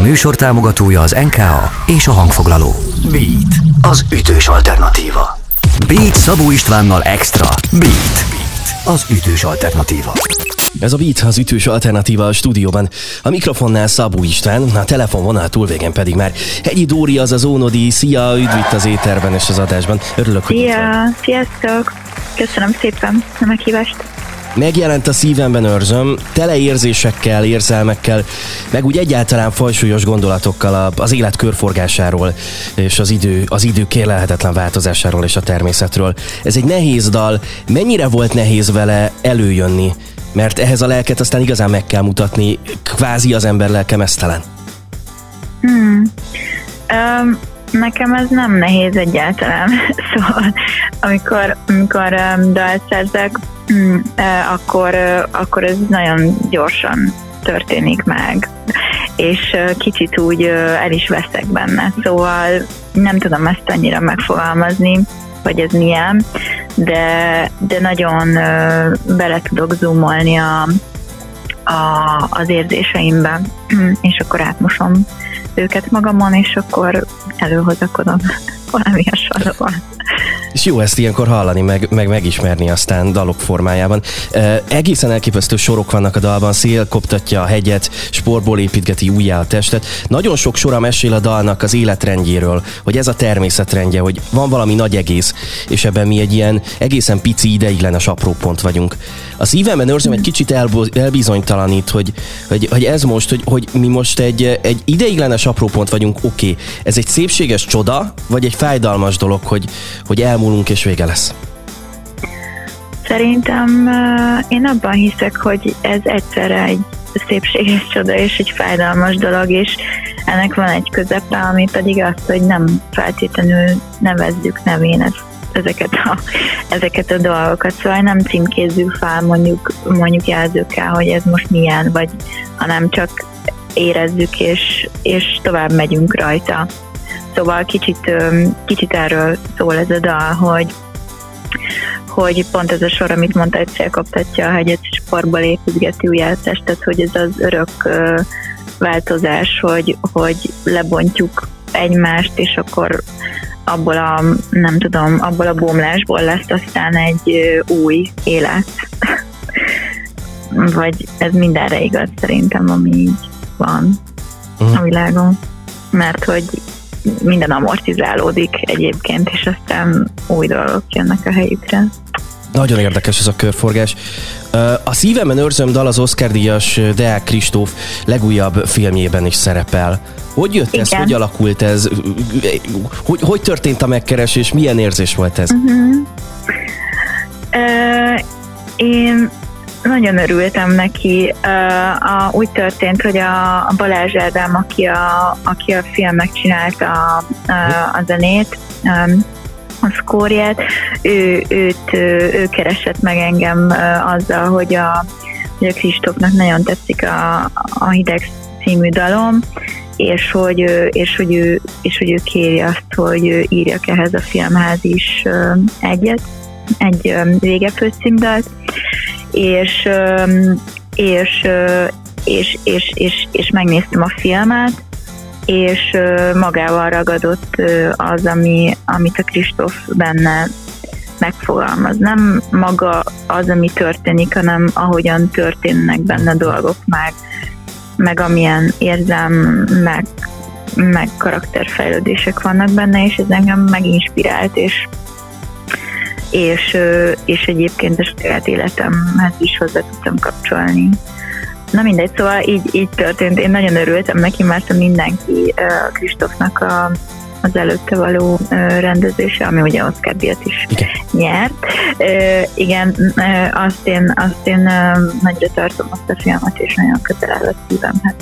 műsor támogatója az NKA és a hangfoglaló. Beat, az ütős alternatíva. Beat Szabó Istvánnal extra. Beat, az ütős alternatíva. Ez a Beat, az ütős alternatíva a stúdióban. A mikrofonnál Szabó István, a telefonvonal túlvégen pedig már Hegyi Dóri, azaz Ónodi. Szia, üdv itt az éterben és az adásban. Örülök, hogy itt vagy. Sziasztok! Köszönöm szépen a meghívást. Megjelent a Szívemben őrzöm, tele érzésekkel, érzelmekkel, meg úgy egyáltalán fajsúlyos gondolatokkal az élet körforgásáról, és az idő kérlelhetetlen változásáról és a természetről. Ez egy nehéz dal. Mennyire volt nehéz vele előjönni? Mert ehhez a lelket aztán igazán meg kell mutatni, kvázi az ember lelke meztelen. Nekem ez nem nehéz egyáltalán. Szóval, amikor dalt szerzek, akkor ez nagyon gyorsan történik meg, és kicsit úgy el is veszek benne. Szóval nem tudom ezt annyira megfogalmazni, hogy ez milyen, de nagyon bele tudok zoomolni az érzéseimbe, és akkor átmosom őket magamon, és akkor előhozakodom valami hasonlóan. És jó ezt ilyenkor hallani, meg megismerni aztán dalok formájában. Egészen elképesztő sorok vannak a dalban, szél koptatja a hegyet, sportból építgeti újjá a testet. Nagyon sok sora mesél a dalnak az életrendjéről, hogy ez a természetrendje, hogy van valami nagy egész, és ebben mi egy ilyen egészen pici, ideiglenes apró pont vagyunk. A Szívemben őrzöm egy kicsit elbizonytalanít, hogy ez most, hogy mi most egy ideiglenes apró pont vagyunk, oké. Ez egy szépséges csoda, vagy egy fájdalmas dolog, hogy elmúlunk és vége lesz? Szerintem én abban hiszek, hogy ez egyszerre egy szépséges csoda és egy fájdalmas dolog, és ennek van egy közepe, ami pedig az, hogy nem feltétlenül nevezzük nevén ezeket a dolgokat, szóval nem címkézzük fel mondjuk jelzőkkel, hogy ez most milyen, vagy hanem csak érezzük és tovább megyünk rajta. Szóval kicsit erről szól ez a dal, hogy pont ez a sor, amit mondta, hogy szélkoptatja a hegyet, és sportból építgeti újjá a testet, hogy ez az örök változás, hogy lebontjuk egymást, és akkor abból a bomlásból lesz aztán egy új élet. Vagy ez mindenre igaz szerintem, ami így van a világon. Mert hogy minden amortizálódik egyébként, és aztán új dolgok jönnek a helyükre. Nagyon érdekes ez a körforgás. A Szívemben őrzöm dal az Oscar-díjas Deák Kristóf legújabb filmjében is szerepel. Hogy jött ez? Hogy alakult ez? Hogy történt a megkeresés? Milyen érzés volt ez? Én nagyon örültem neki. Úgy történt, hogy a Balázs Ádám, aki a filmnek csinálta a zenét, a szkórját, ő keresett meg engem azzal, hogy a Kristófnak nagyon tetszik a Hideg című dalom, és hogy ő kéri azt, hogy írjak ehhez a filmhez is egy végefőcímdalt, és megnéztem a filmet, és magával ragadott az, amit a Kristóf benne megfogalmaz. Nem maga az, ami történik, hanem ahogyan történnek benne dolgok, meg amilyen érzelmek, meg karakterfejlődések vannak benne, és ez engem meginspirált, és egyébként a saját életemhez is hozzá tudtam kapcsolni. Na mindegy, szóval így történt. Én nagyon örültem neki, mert mindenki Kristófnak az előtte való rendezése, ami ugye Oscar-díjat is nyert. Igen, azt én nagyra tartom azt a filmet, és nagyon közel áll a szívemhez,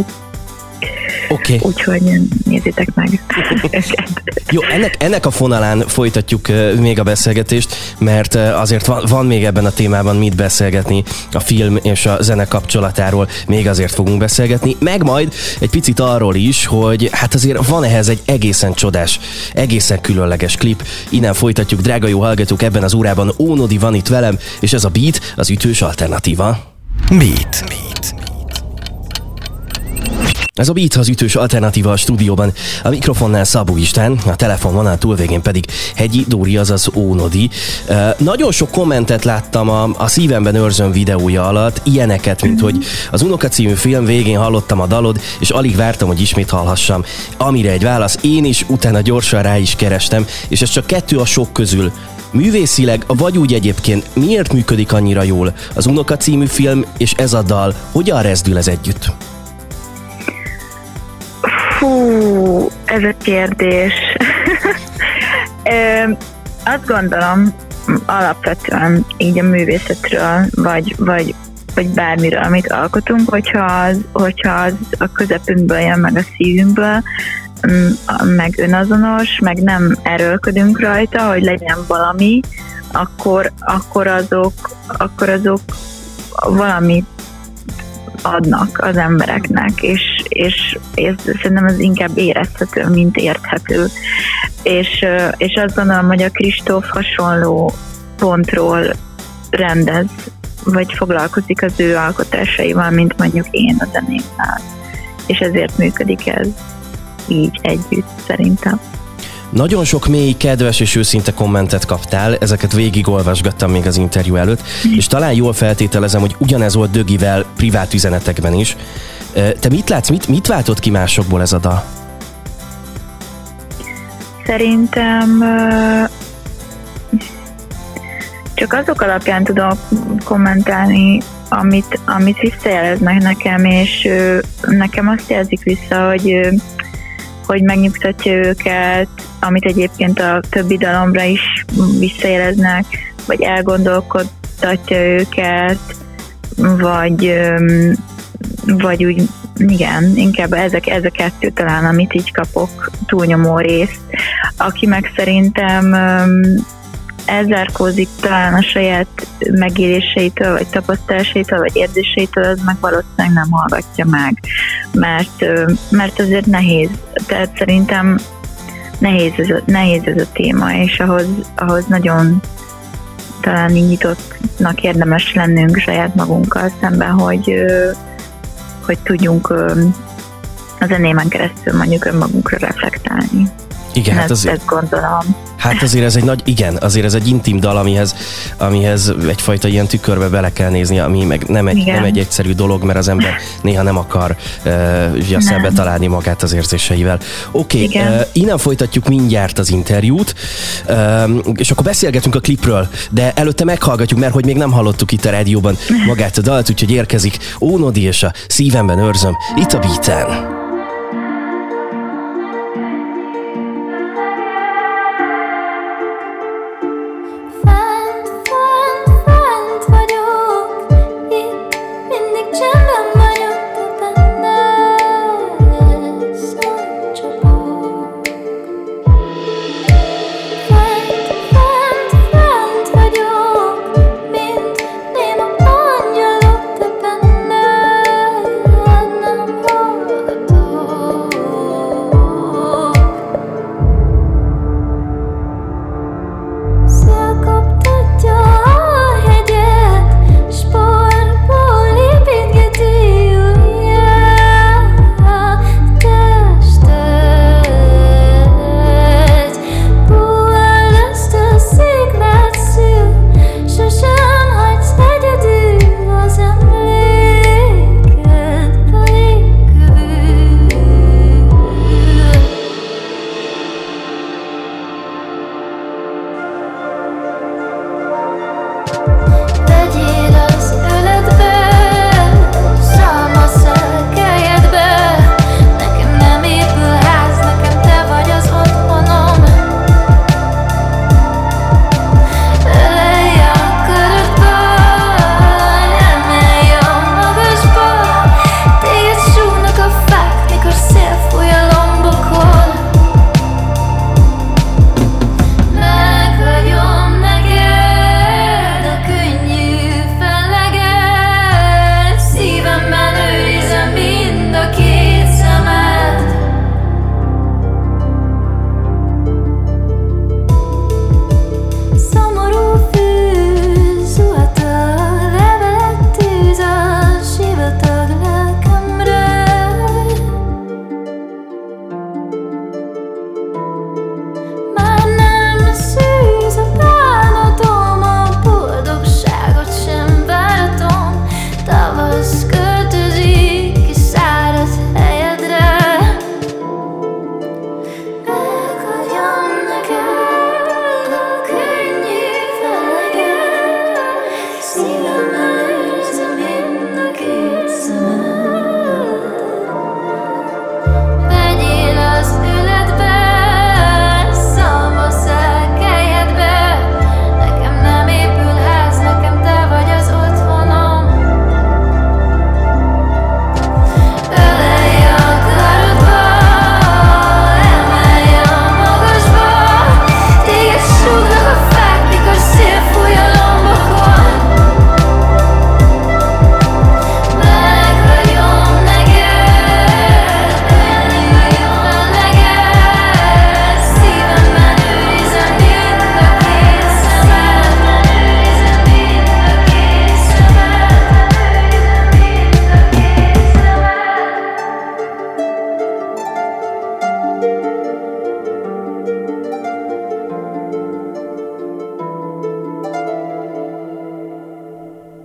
úgyhogy nézzétek meg. Jó, ennek a fonalán folytatjuk még a beszélgetést, mert azért van még ebben a témában mit beszélgetni, a film és a zene kapcsolatáról még azért fogunk beszélgetni, meg majd egy picit arról is, hogy hát azért van ehhez egy egészen csodás, egészen különleges klip. Innen folytatjuk, drága jó hallgatók, ebben az órában Ónodi van itt velem, és ez a Beat, az ütős alternatíva. Beat. Ez a Beat, az ütős alternatíva a stúdióban. A mikrofonnál Szabó István, a telefonvonal túlvégén pedig Hegyi Dóri, azaz Ónodi. Nagyon sok kommentet láttam a Szívemben őrzöm videója alatt, ilyeneket, mint hogy az Unoka című film végén hallottam a dalod, és alig vártam, hogy ismét hallhassam. Amire egy válasz, én is utána gyorsan rá is kerestem, és ez csak 2 a sok közül. Művészileg, vagy úgy egyébként, miért működik annyira jól az Unoka című film, és ez a dal, hogyan rezdül ez együtt? Hú, ez a kérdés. Azt gondolom, alapvetően így a művészetről, vagy bármiről, amit alkotunk, hogyha az a közepünkből jön, meg a szívünkből, meg önazonos, meg nem erőlködünk rajta, hogy legyen valami, akkor azok valamit adnak az embereknek, és szerintem ez inkább érezhető, mint érthető. És azt gondolom, hogy a Kristóf hasonló pontról rendez, vagy foglalkozik az ő alkotásaival, mint mondjuk én a zenémmel. És ezért működik ez így együtt, szerintem. Nagyon sok mély, kedves és őszinte kommentet kaptál, ezeket végigolvasgattam még az interjú előtt, és talán jól feltételezem, hogy ugyanez volt Dögivel privát üzenetekben is. Te mit látsz, mit váltott ki másokból ez a dal? Szerintem csak azok alapján tudok kommentálni, amit visszajeleznek nekem, és nekem azt jelzik vissza, hogy megnyugtatja őket, amit egyébként a többi dalomra is visszajeleznek, vagy elgondolkodtatja őket, vagy úgy, igen, inkább ez a 2 talán, amit így kapok túlnyomó részt. Aki meg szerintem elzárkózik talán a saját megéléseitől, vagy tapasztalásaitól, vagy érzéseitől, az meg valószínűleg nem hallgatja meg, mert azért nehéz. Tehát szerintem nehéz ez a téma, és ahhoz nagyon talán így nyitottnak érdemes lennünk saját magunkkal szemben, hogy tudjunk a zenémen keresztül mondjuk önmagunkra reflektálni. Igen, hát ezt gondolom. Hát azért ez egy azért ez egy intim dal, amihez egyfajta ilyen tükörbe bele kell nézni, ami meg nem egy egyszerű dolog, mert az ember néha nem akar szembe találni magát az érzéseivel. Oké, innen folytatjuk mindjárt az interjút, és akkor beszélgetünk a klipről, de előtte meghallgatjuk, mert hogy még nem hallottuk itt a rádióban magát a dalt, úgyhogy érkezik Ónodi és a Szívemben őrzöm itt a Beaten. Angyalok, te benned nem hallgatod.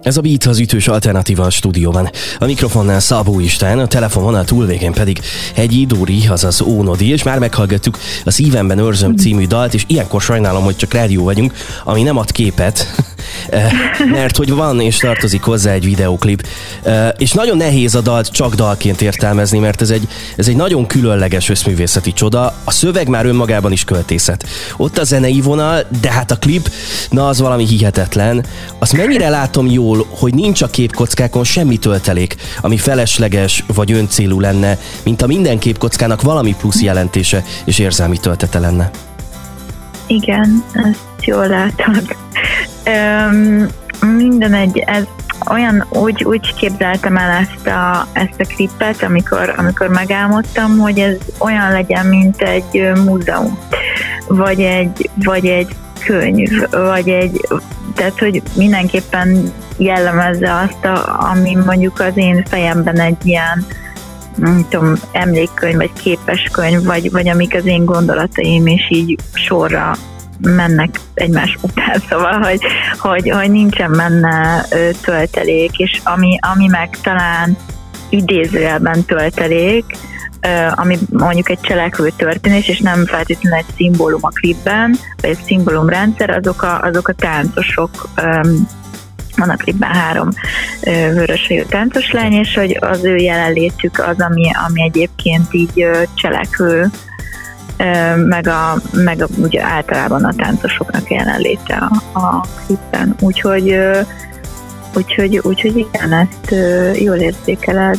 Ez a Beat, az ütős alternatíva a stúdióban. A mikrofonnál Szabó István, a telefonvonal túlvégén pedig Hegyi Dóri, azaz Ónodi, és már meghallgattuk a Szívemben őrzöm című dalt, és ilyenkor sajnálom, hogy csak rádió vagyunk, ami nem ad képet, mert hogy van és tartozik hozzá egy videóklip. És nagyon nehéz a dalt csak dalként értelmezni, mert ez egy nagyon különleges összművészeti csoda. A szöveg már önmagában is költészet. Ott a zenei vonal, de hát a klip, na az valami hihetetlen. Azt mennyire látom jól, hogy nincs a képkockákon semmi töltelék, ami felesleges vagy öncélú lenne, mint a minden képkockának valami plusz jelentése és érzelmi töltete lenne. Igen, ezt jól látod. Ez olyan, úgy képzeltem el ezt a klipet, amikor megálmodtam, hogy ez olyan legyen, mint egy múzeum, vagy egy könyv, tehát, hogy mindenképpen jellemezze azt, ami mondjuk az én fejemben egy ilyen, nem tudom, emlékkönyv, vagy képeskönyv, vagy amik az én gondolataim, és így sorra mennek egymás után, szóval, hogy nincsen benne töltelék, és ami meg talán idézőjelben töltelék, ami mondjuk egy cselekvő történés, és nem feltétlenül egy szimbólum a klipben, vagy egy szimbólumrendszer, azok a táncosok, van a klipben 3 vöröshajú táncos lány, és hogy az ő jelenlétük az, ami egyébként így cselekvő, meg ugye általában a táncosoknak jelenléte a klipben. Úgyhogy igen, ezt jól érzékeled.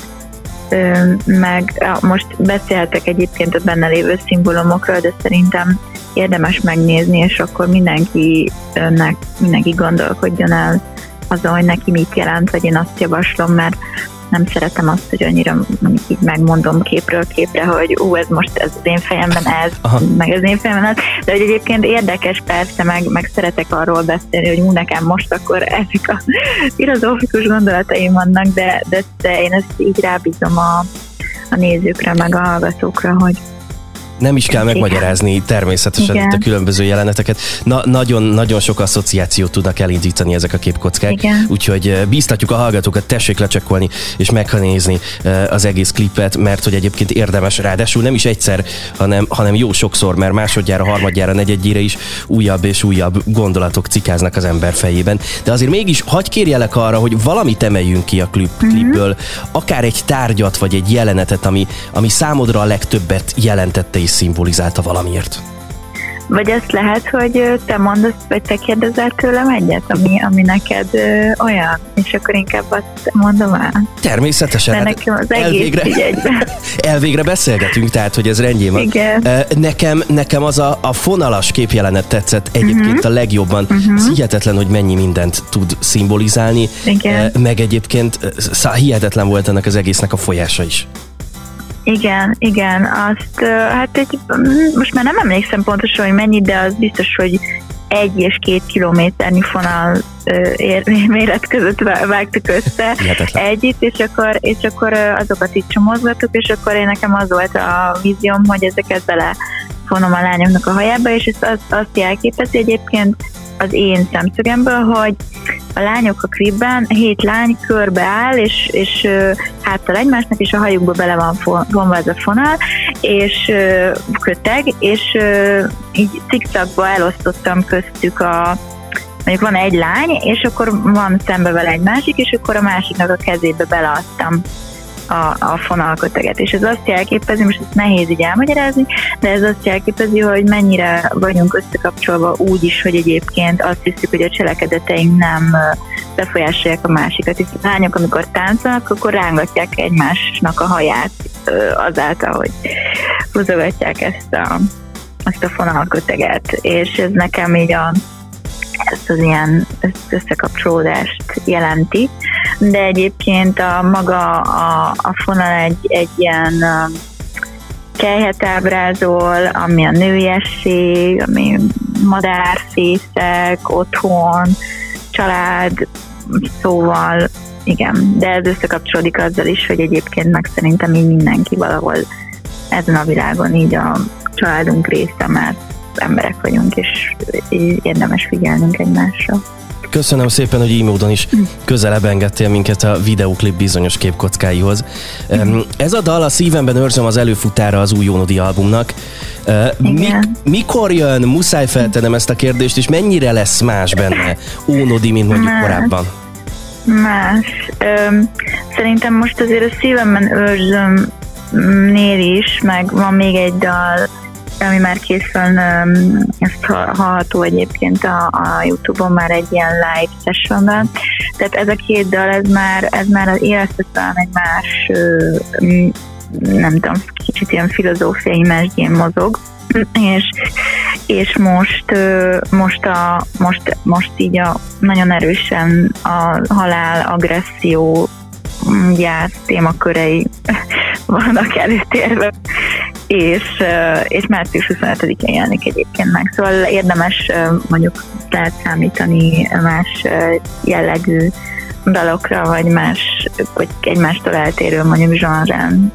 Meg most beszéltek egyébként a benne lévő szimbólumokról, de szerintem érdemes megnézni, és akkor mindenki gondolkodjon el azon, hogy neki mit jelent, vagy én azt javaslom, mert nem szeretem azt, hogy annyira mondjuk így megmondom képről képre, hogy ez most ez az én fejemben ez, meg az én fejemben ez, de hogy egyébként érdekes persze, meg szeretek arról beszélni, hogy nekem most akkor ezek a filozófikus gondolataim vannak, de én ezt így rábízom a nézőkre, meg a hallgatókra, hogy nem is kell megmagyarázni természetesen itt a különböző jeleneteket. Nagyon sok asszociációt tudnak elindítani ezek a képkockák. Igen. Úgyhogy bíztatjuk a hallgatókat, tessék lecsekkolni és megnézni az egész klipet, mert hogy egyébként érdemes, ráadásul nem is egyszer, hanem jó sokszor, mert másodjára, harmadjára, negyedjére is újabb és újabb gondolatok cikáznak az ember fejében. De azért mégis hagy kérjelek arra, hogy valamit emeljünk ki a klipből, akár egy tárgyat vagy egy jelenetet, ami számodra a legtöbbet jelentette és szimbolizálta valamiért. Vagy ezt lehet, hogy te mondasz, vagy te kérdezel tőlem egyet, ami neked olyan, és akkor inkább azt mondom el. Természetesen. De nekem az egész elvégre beszélgetünk, tehát, hogy ez rendjén van. Igen. Nekem az a fonalas képjelenet tetszett egyébként a legjobban. Hihetetlen, hogy mennyi mindent tud szimbolizálni. Igen. Meg egyébként hihetetlen volt ennek az egésznek a folyása is. Igen, azt most már nem emlékszem pontosan, hogy mennyi, de az biztos, hogy 1 és 2 kilométernyi fonal méret között vágtuk össze együtt, és akkor azokat így csomozgattuk, és akkor nekem az volt a vízióm, hogy ezeket belefonom a lányoknak a hajába, és ez azt jelképezi egyébként az én szemszögemből, hogy a lányok a klipben 7 lány körbeáll, és háttal egymásnak, és a hajukba bele van vonva ez a fonal, és köteg, és így cikszakba elosztottam köztük mondjuk van egy lány, és akkor van szembe vele egy másik, és akkor a másiknak a kezébe beleadtam a fonalköteget, és ez azt jelképezi, most ezt nehéz így elmagyarázni, de ez azt jelképezi, hogy mennyire vagyunk összekapcsolva úgy is, hogy egyébként azt hiszük, hogy a cselekedeteink nem befolyásolják a másikat, és a lányok, amikor táncolnak, akkor rángatják egymásnak a haját azáltal, hogy húzogatják ezt a fonalköteget, és ez nekem így ezt az ilyen összekapcsolódást jelenti, de egyébként a fonal egy ilyen kelyhet ábrázol, ami a nőiesség, ami madárfészek, otthon, család, szóval igen, de ez összekapcsolódik azzal is, hogy egyébként meg szerintem így mindenki valahol ezen a világon így a családunk része, mert emberek vagyunk, és érdemes figyelnünk egymásra. Köszönöm szépen, hogy így módon is közelebb engedtél minket a videóklip bizonyos képkockáihoz. Ez a dal, a Szívemben őrzöm, az előfutára az új Ónodi albumnak. Mikor jön? Muszáj feltennem ezt a kérdést, és mennyire lesz más benne Ónodi, mint mondjuk korábban? Más. Szerintem most azért a Szívemben őrzömnél is, meg van még egy dal, ami már kész van, ezt hallható egyébként a YouTube-on már egy ilyen live sessionben. Tehát ez a két dal, ez már az életet talán egy más, nem tudom, kicsit ilyen filozófiai mesdjén mozog. És most így nagyon erősen a halál, agresszió, gyász témakörei vannak előtérve, és március 25-én jelenik egyébként meg. Szóval érdemes mondjuk lehet számítani más jellegű dalokra, vagy egymástól eltérő mondjuk zsanrán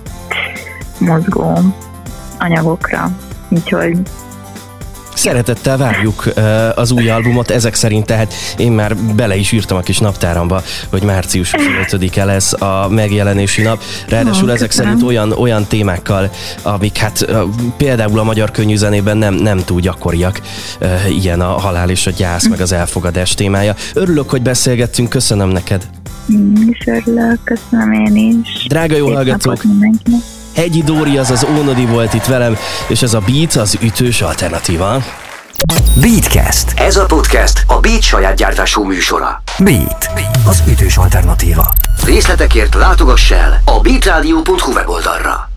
mozgó anyagokra. Úgyhogy szeretettel várjuk az új albumot, ezek szerint, tehát én már bele is írtam a kis naptáramba, hogy március 25-e lesz a megjelenési nap. Ráadásul ezek szerint olyan témákkal, amik hát például a magyar könnyűzenében nem túl gyakoriak, ilyen a halál és a gyász, meg az elfogadás témája. Örülök, hogy beszélgettünk, köszönöm neked. Én is örülök, köszönöm én is. Drága jó hallgatók! Hegyi Dóri, az Ónodi volt itt velem, és ez a Beat, az ütős alternatíva. Beatcast. Ez a podcast a Beat saját gyártású műsora. Beat, az ütős alternatíva. Részletekért látogass el a beatradio.hu weboldalra.